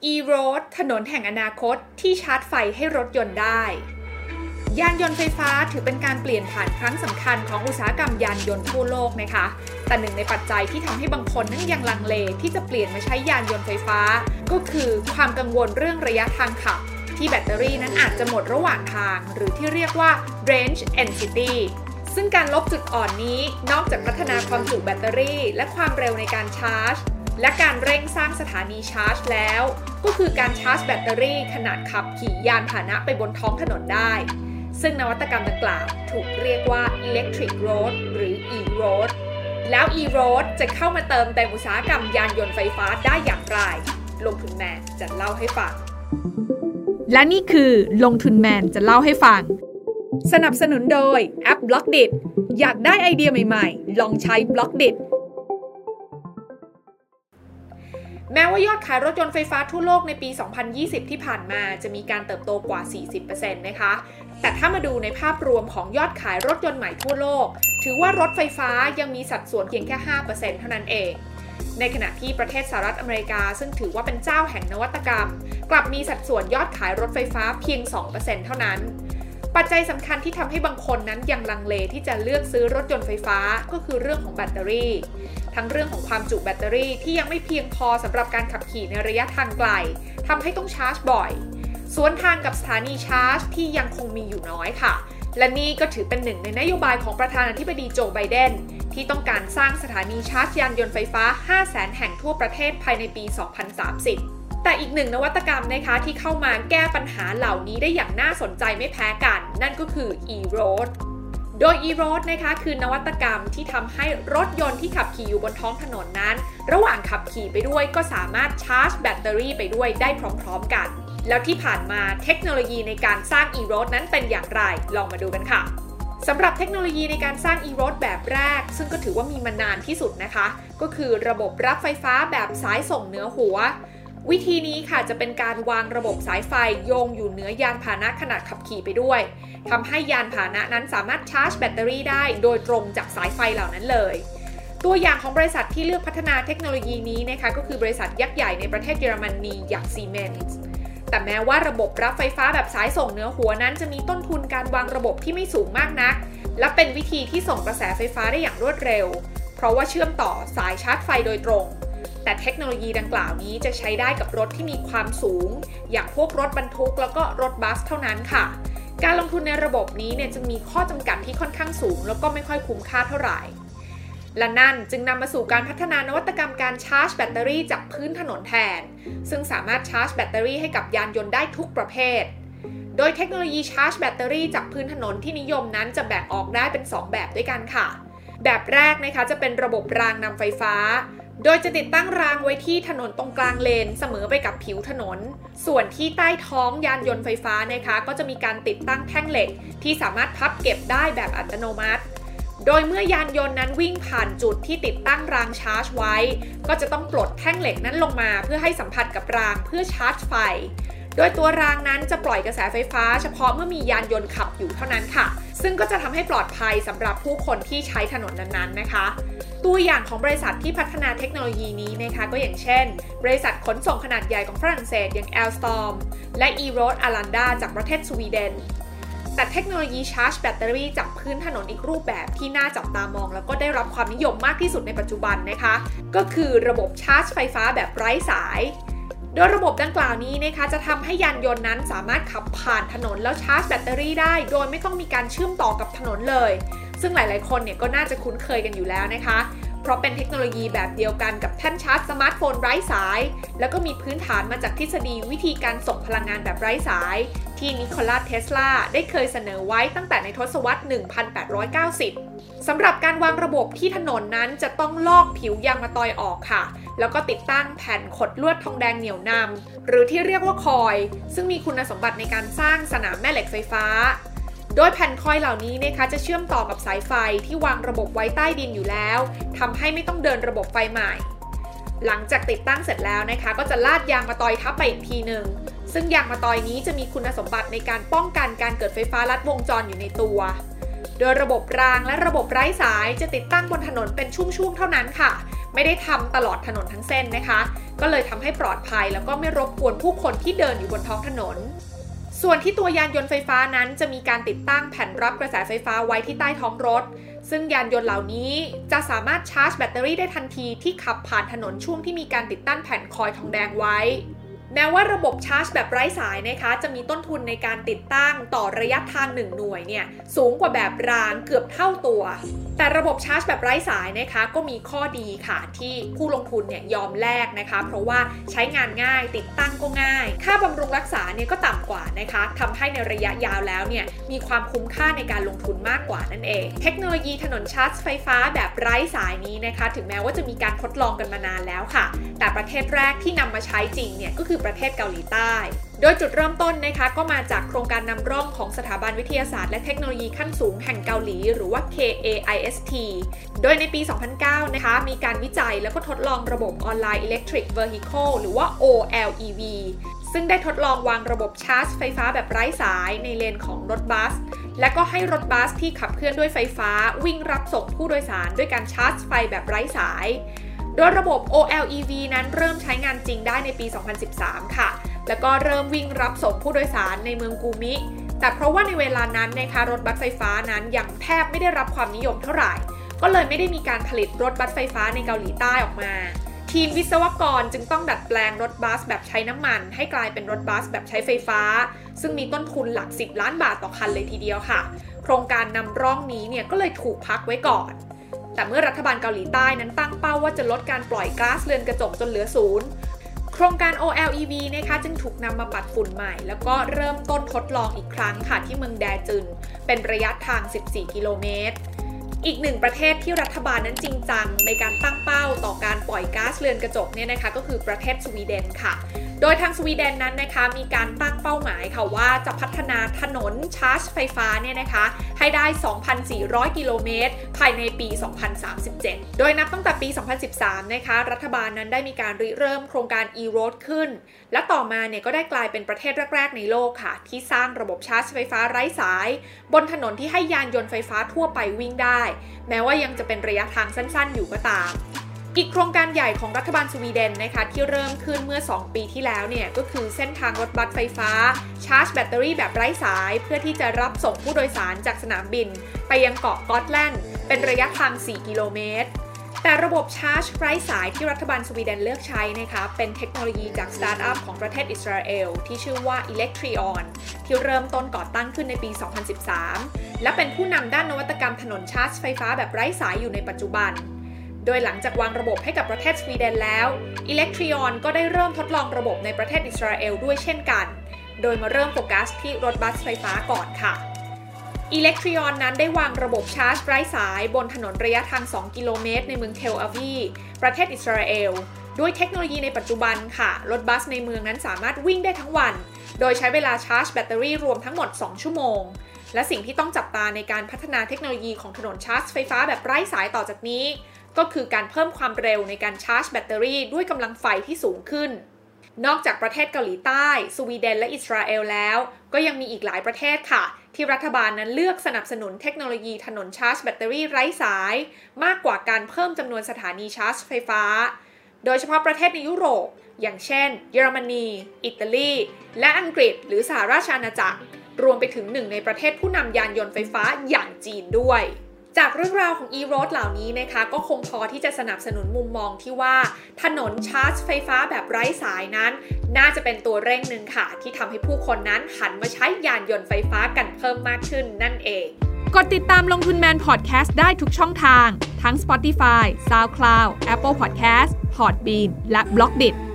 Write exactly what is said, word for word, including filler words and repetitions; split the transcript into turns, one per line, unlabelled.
e-road ถนนแห่งอนาคตที่ชาร์จไฟให้รถยนต์ได้ยานยนต์ไฟฟ้าถือเป็นการเปลี่ยนผ่านครั้งสำคัญของอุตสาหกรรมยานยนต์ทั่วโลกนะคะแต่หนึ่งในปัจจัยที่ทำให้บางคนนั้นยังลังเลที่จะเปลี่ยนมาใช้ยานยนต์ไฟฟ้าก็คือความกังวลเรื่องระยะทางขับที่แบตเตอรี่นั้นอาจจะหมดระหว่างทางหรือที่เรียกว่า range anxiety ซึ่งการลบจุดอ่อนนี้นอกจากพัฒนาความจุแบตเตอรี่และความเร็วในการชาร์จและการเร่งสร้างสถานีชาร์จแล้วก็คือการชาร์จแบตเตอรี่ขนาดขับขี่ยานพาหนะไปบนท้องถนนได้ซึ่งนวัตกรรมดังกล่าวถูกเรียกว่า electric road หรือ e-road แล้ว e-road จะเข้ามาเติมเต็มอุตสาหกรรมยานยนต์ไฟฟ้าได้อย่างไรลงทุนแมนจะเล่าให้ฟังและนี่คือลงทุนแมนจะเล่าให้ฟังสนับสนุนโดยแอป Blockdit อยากได้ไอเดียใหม่ๆลองใช้ Blockditแม้ว่ายอดขายรถยนต์ไฟฟ้าทั่วโลกในปี สองพันยี่สิบ ที่ผ่านมาจะมีการเติบโตกว่า สี่สิบเปอร์เซ็นต์ นะคะแต่ถ้ามาดูในภาพรวมของยอดขายรถยนต์ใหม่ทั่วโลกถือว่ารถไฟฟ้ายังมีสัดส่วนเพียงแค่ ห้าเปอร์เซ็นต์ เท่านั้นเองในขณะที่ประเทศสหรัฐอเมริกาซึ่งถือว่าเป็นเจ้าแห่งนวัตกรรมกลับมีสัดส่วนยอดขายรถไฟฟ้าเพียง สองเปอร์เซ็นต์ เท่านั้นปัจจัยสำคัญที่ทำให้บางคนนั้นยังลังเลที่จะเลือกซื้อรถยนต์ไฟฟ้าก็คือเรื่องของแบตเตอรี่ทั้งเรื่องของความจุแบตเตอรี่ที่ยังไม่เพียงพอสำหรับการขับขี่ในระยะทางไกลทำให้ต้องชาร์จบ่อยสวนทางกับสถานีชาร์จที่ยังคงมีอยู่น้อยค่ะและนี่ก็ถือเป็นหนึ่งในนโยบายของประธานาธิบดีโจไบเดนที่ต้องการสร้างสถานีชาร์จยานยนต์ไฟฟ้า ห้าแสน แห่งทั่วประเทศภายในปี สองพันสามสิบแต่อีกหนึ่งนวัตกรรมนะคะที่เข้ามาแก้ปัญหาเหล่านี้ได้อย่างน่าสนใจไม่แพ้กันนั่นก็คือ e-road โดย e-road นะคะคือนวัตกรรมที่ทำให้รถยนต์ที่ขับขี่อยู่บนท้องถนนนั้นระหว่างขับขี่ไปด้วยก็สามารถชาร์จแบตเตอรี่ไปด้วยได้พร้อมๆกันแล้วที่ผ่านมาเทคโนโลยีในการสร้าง e-road นั้นเป็นอย่างไรลองมาดูกันค่ะสำหรับเทคโนโลยีในการสร้าง e-road แบบแรกซึ่งก็ถือว่ามีมานานที่สุดนะคะก็คือระบบรับไฟฟ้าแบบสายส่งเหนือหัววิธีนี้ค่ะจะเป็นการวางระบบสายไฟโยงอยู่เหนือยานพาหนะขณะขับขี่ไปด้วยทำให้ยานพาหนะนั้นสามารถชาร์จแบตเตอรี่ได้โดยตรงจากสายไฟเหล่านั้นเลยตัวอย่างของบริษัทที่เลือกพัฒนาเทคโนโลยีนี้นะคะก็คือบริษัทยักษ์ใหญ่ในประเทศเยอรมนีอย่าง Siemens แต่แม้ว่าระบบรับไฟฟ้าแบบสายส่งเหนือหัวนั้นจะมีต้นทุนการวางระบบที่ไม่สูงมากนักและเป็นวิธีที่ส่งกระแสไฟฟ้าได้อย่างรวดเร็วเพราะว่าเชื่อมต่อสายชาร์จไฟโดยตรงแต่เทคโนโลยีดังกล่าวนี้จะใช้ได้กับรถที่มีความสูงอย่างพวกรถบรรทุกแล้วก็รถบัสเท่านั้นค่ะการลงทุนในระบบนี้เนี่ยจึงมีข้อจำกัดที่ค่อนข้างสูงแล้วก็ไม่ค่อยคุ้มค่าเท่าไหร่และนั่นจึงนำมาสู่การพัฒนานวัตกรรมการชาร์จแบตเตอรี่จากพื้นถนนแทนซึ่งสามารถชาร์จแบตเตอรี่ให้กับยานยนต์ได้ทุกประเภทโดยเทคโนโลยีชาร์จแบตเตอรี่จากพื้นถนนที่นิยมนั้นจะแบ่งออกได้เป็นสองแบบด้วยกันค่ะแบบแรกนะคะจะเป็นระบบรางนำไฟฟ้าโดยจะติดตั้งรางไว้ที่ถนนตรงกลางเลนเสมอไปกับผิวถนนส่วนที่ใต้ท้องยานยนต์ไฟฟ้านะคะก็จะมีการติดตั้งแท่งเหล็กที่สามารถพับเก็บได้แบบอัตโนมัติโดยเมื่อยานยนต์นั้นวิ่งผ่านจุดที่ติดตั้งรางชาร์จไว้ก็จะต้องปลดแท่งเหล็กนั้นลงมาเพื่อให้สัมผัสกับรางเพื่อชาร์จไฟโดยตัวรางนั้นจะปล่อยกระแสไฟฟ้าเฉพาะเมื่อมียานยนต์ขับอยู่เท่านั้นค่ะซึ่งก็จะทำให้ปลอดภัยสำหรับผู้คนที่ใช้ถนนนั้นๆนะคะตัวอย่างของบริษัทที่พัฒนาเทคโนโลยีนี้นะคะก็อย่างเช่นบริษัทขนส่งขนาดใหญ่ของฝรั่งเศสอย่าง Alstom และ e-road Arlanda จากประเทศสวีเดนแต่เทคโนโลยีชาร์จแบตเตอรี่จากพื้นถนนอีกรูปแบบที่น่าจับตามองแล้วก็ได้รับความนิยมมากที่สุดในปัจจุบันนะคะก็คือระบบชาร์จไฟฟ้าแบบไร้สายโดยระบบดังกล่าวนี้นะคะจะทำให้ยานยนต์นั้นสามารถขับผ่านถนนแล้วชาร์จแบตเตอรี่ได้โดยไม่ต้องมีการเชื่อมต่อกับถนนเลยซึ่งหลายๆคนเนี่ยก็น่าจะคุ้นเคยกันอยู่แล้วนะคะเพราะเป็นเทคโนโลยีแบบเดียวกันกับแท่นชาร์จสมาร์ทโฟนไร้สายแล้วก็มีพื้นฐานมาจากทฤษฎีวิธีการส่งพลังงานแบบไร้สายที่นิโคลัส เทสลาได้เคยเสนอไว้ตั้งแต่ในทศวรรษ หนึ่งพันแปดร้อยเก้าสิบ สำหรับการวางระบบที่ถนนนั้นจะต้องลอกผิวยางมะตอยออกค่ะแล้วก็ติดตั้งแผ่นขดลวดทองแดงเหนี่ยวนำหรือที่เรียกว่าคอยซึ่งมีคุณสมบัติในการสร้างสนามแม่เหล็กไฟฟ้าโดยแผ่นคอยเหล่านี้นะคะจะเชื่อมต่อกับสายไฟที่วางระบบไว้ใต้ดินอยู่แล้วทำให้ไม่ต้องเดินระบบไฟใหม่หลังจากติดตั้งเสร็จแล้วนะคะก็จะลาดยางมะตอยทับไปอีกทีหนึ่งซึ่งยางมะตอยนี้จะมีคุณสมบัติในการป้องกันการเกิดไฟฟ้าลัดวงจรอยู่ในตัวโดยระบบรางและระบบไร้สายจะติดตั้งบนถนนเป็นช่วงๆเท่านั้นค่ะไม่ได้ทำตลอดถนนทั้งเส้นนะคะก็เลยทำให้ปลอดภัยแล้วก็ไม่รบกวนผู้คนที่เดินอยู่บนท้องถนนส่วนที่ตัวยานยนต์ไฟฟ้านั้นจะมีการติดตั้งแผ่นรับกระแสไฟฟ้าไว้ที่ใต้ท้องรถซึ่งยานยนต์เหล่านี้จะสามารถชาร์จแบตเตอรี่ได้ทันทีที่ขับผ่านถนนช่วงที่มีการติดตั้งแผ่นคอยล์ทองแดงไว้แม้ว่าระบบชาร์จแบบไร้สายนะคะจะมีต้นทุนในการติดตั้งต่อระยะทางหนึ่งหน่วยเนี่ยสูงกว่าแบบรางเกือบเท่าตัวแต่ระบบชาร์จแบบไร้สายนะคะก็มีข้อดีค่ะที่ผู้ลงทุนเนี่ยยอมแลกนะคะเพราะว่าใช้งานง่ายติดตั้งก็ง่ายค่าบำรุงรักษาเนี่ยก็ต่ำกว่านะคะทำให้ในระยะยาวแล้วเนี่ยมีความคุ้มค่าในการลงทุนมากกว่านั่นเองเทคโนโลยีถนนชาร์จไฟฟ้าแบบไร้สายนี้นะคะถึงแม้ว่าจะมีการทดลองกันมานานแล้วค่ะแต่ประเทศแรกที่นำมาใช้จริงเนี่ยก็คือประเทศเกาหลีใต้โดยจุดเริ่มต้นนะคะก็มาจากโครงการนำร่องของสถาบันวิทยาศาสตร์และเทคโนโลยีขั้นสูงแห่งเกาหลีหรือว่า เค เอ ไอ เอส ที โดยในปี สองพันเก้า นะคะมีการวิจัยแล้วก็ทดลองระบบ Online Electric Vehicle หรือว่า โอ แอล อี วี ซึ่งได้ทดลองวางระบบชาร์จไฟฟ้าแบบไร้สายในเลนของรถบัสและก็ให้รถบัสที่ขับเคลื่อนด้วยไฟฟ้าวิ่งรับส่งผู้โดยสารด้วยการชาร์จไฟแบบไร้สายโดยระบบ โอ แอล อี วี นั้นเริ่มใช้งานจริงได้ในปี สองพันสิบสาม ค่ะแล้วก็เริ่มวิ่งรับส่งผู้โดยสารในเมืองกูมิแต่เพราะว่าในเวลานั้นนะคะรถบัสไฟฟ้านั้นยังแทบไม่ได้รับความนิยมเท่าไหร่ก็เลยไม่ได้มีการผลิตรถบัสไฟฟ้าในเกาหลีใต้ออกมาทีมวิศวกรจึงต้องดัดแปลงรถบัสแบบใช้น้ำมันให้กลายเป็นรถบัสแบบใช้ไฟฟ้าซึ่งมีต้นทุนหลักสิบล้านบาทต่อคันเลยทีเดียวค่ะโครงการนำร่องนี้เนี่ยก็เลยถูกพักไว้ก่อนแต่เมื่อรัฐบาลเกาหลีใต้นั้นตั้งเป้าว่าจะลดการปล่อยก๊าซเรือนกระจกจนเหลือศูนย์โครงการ โอ แอล อี วี นะคะจึงถูกนำมาปัดฝุ่นใหม่แล้วก็เริ่มต้นทดลองอีกครั้งค่ะที่เมืองแดจึนเป็นระยะทางสิบสี่กิโลเมตรอีกหนึ่งประเทศที่รัฐบาลนั้นจริงจังในการตั้งเป้าต่อการปล่อยก๊าซเรือนกระจกเนี่ยนะคะก็คือประเทศสวีเดนค่ะโดยทางสวีเดนนั้นนะคะมีการตั้งเป้าหมายค่ะว่าจะพัฒนาถนนชาร์จไฟฟ้าเนี่ยนะคะให้ได้ สองพันสี่ร้อย กิโลเมตรภายในปี สองพันสามสิบเจ็ด โดยนับตั้งแต่ปี สองพันสิบสาม นะคะรัฐบาลนั้นได้มีการริเริ่มโครงการ e-road ขึ้นและต่อมาเนี่ยก็ได้กลายเป็นประเทศแรกๆในโลกค่ะที่สร้างระบบชาร์จไฟฟ้าไร้สายบนถนนที่ให้ยานยนต์ไฟฟ้าทั่วไปวิ่งได้แม้ว่ายังจะเป็นระยะทางสั้นๆอยู่ก็ตามอีกโครงการใหญ่ของรัฐบาลสวีเดนนะคะที่เริ่มขึ้นเมื่อสองปีที่แล้วเนี่ยก็คือเส้นทางรถบัสไฟฟ้าชาร์จแบตเตอรี่แบบไร้สายเพื่อที่จะรับส่งผู้โดยสารจากสนามบินไปยังเกาะกอตแลนด์เป็นระยะทางสี่กิโลเมตรแต่ระบบชาร์จไร้สายที่รัฐบาลสวีเดนเลือกใช้นะคะเป็นเทคโนโลยีจากสตาร์ทอัพของประเทศอิสราเอลที่ชื่อว่า Electrion ที่เริ่มต้นก่อตั้งขึ้นในปี สองพันสิบสาม และเป็นผู้นำด้านนวัตกรรมถนนชาร์จไฟฟ้าแบบไร้สายอยู่ในปัจจุบันโดยหลังจากวางระบบให้กับประเทศสวีเดนแล้ว Electrion ก็ได้เริ่มทดลองระบบในประเทศอิสราเอลด้วยเช่นกันโดยมาเริ่มโฟกัสที่รถบัสไฟฟ้าก่อนค่ะ Electrion นั้นได้วางระบบชาร์จไร้สายบนถนนระยะทางสองกิโลเมตรในเมืองเทลอาวีฟประเทศอิสราเอลด้วยเทคโนโลยีในปัจจุบันค่ะรถบัสในเมืองนั้นสามารถวิ่งได้ทั้งวันโดยใช้เวลาชาร์จแบตเตอรี่รวมทั้งหมดสองชั่วโมงและสิ่งที่ต้องจับตาในการพัฒนาเทคโนโลยีของถนนชาร์จไฟฟ้าแบบไร้สายต่อจากนี้ก็คือการเพิ่มความเร็วในการชาร์จแบตเตอรี่ด้วยกำลังไฟที่สูงขึ้นนอกจากประเทศเกาหลีใต้สวีเดนและอิสราเอลแล้วก็ยังมีอีกหลายประเทศค่ะที่รัฐบาลนั้นเลือกสนับสนุนเทคโนโลยีถนนชาร์จแบตเตอรี่ไร้สายมากกว่าการเพิ่มจำนวนสถานีชาร์จไฟฟ้าโดยเฉพาะประเทศในยุโรปอย่างเช่นเยอรมนีอิตาลีและอังกฤษหรือสหราชอาณาจักรรวมไปถึงหนึ่งในประเทศผู้นำยานยนต์ไฟฟ้าอย่างจีนด้วยจากเรื่องราวของ e-road เหล่านี้นะคะก็คงพอที่จะสนับสนุนมุมมองที่ว่าถนนชาร์จไฟฟ้าแบบไร้สายนั้นน่าจะเป็นตัวเร่งหนึ่งค่ะที่ทำให้ผู้คนนั้นหันมาใช้ยานยนต์ไฟฟ้ากันเพิ่มมากขึ้นนั่นเองกดติดตามลงทุนแมนพอดแคสต์ได้ทุกช่องทางทั้ง Spotify, SoundCloud, Apple Podcast, Podbean และ บล็อกดิท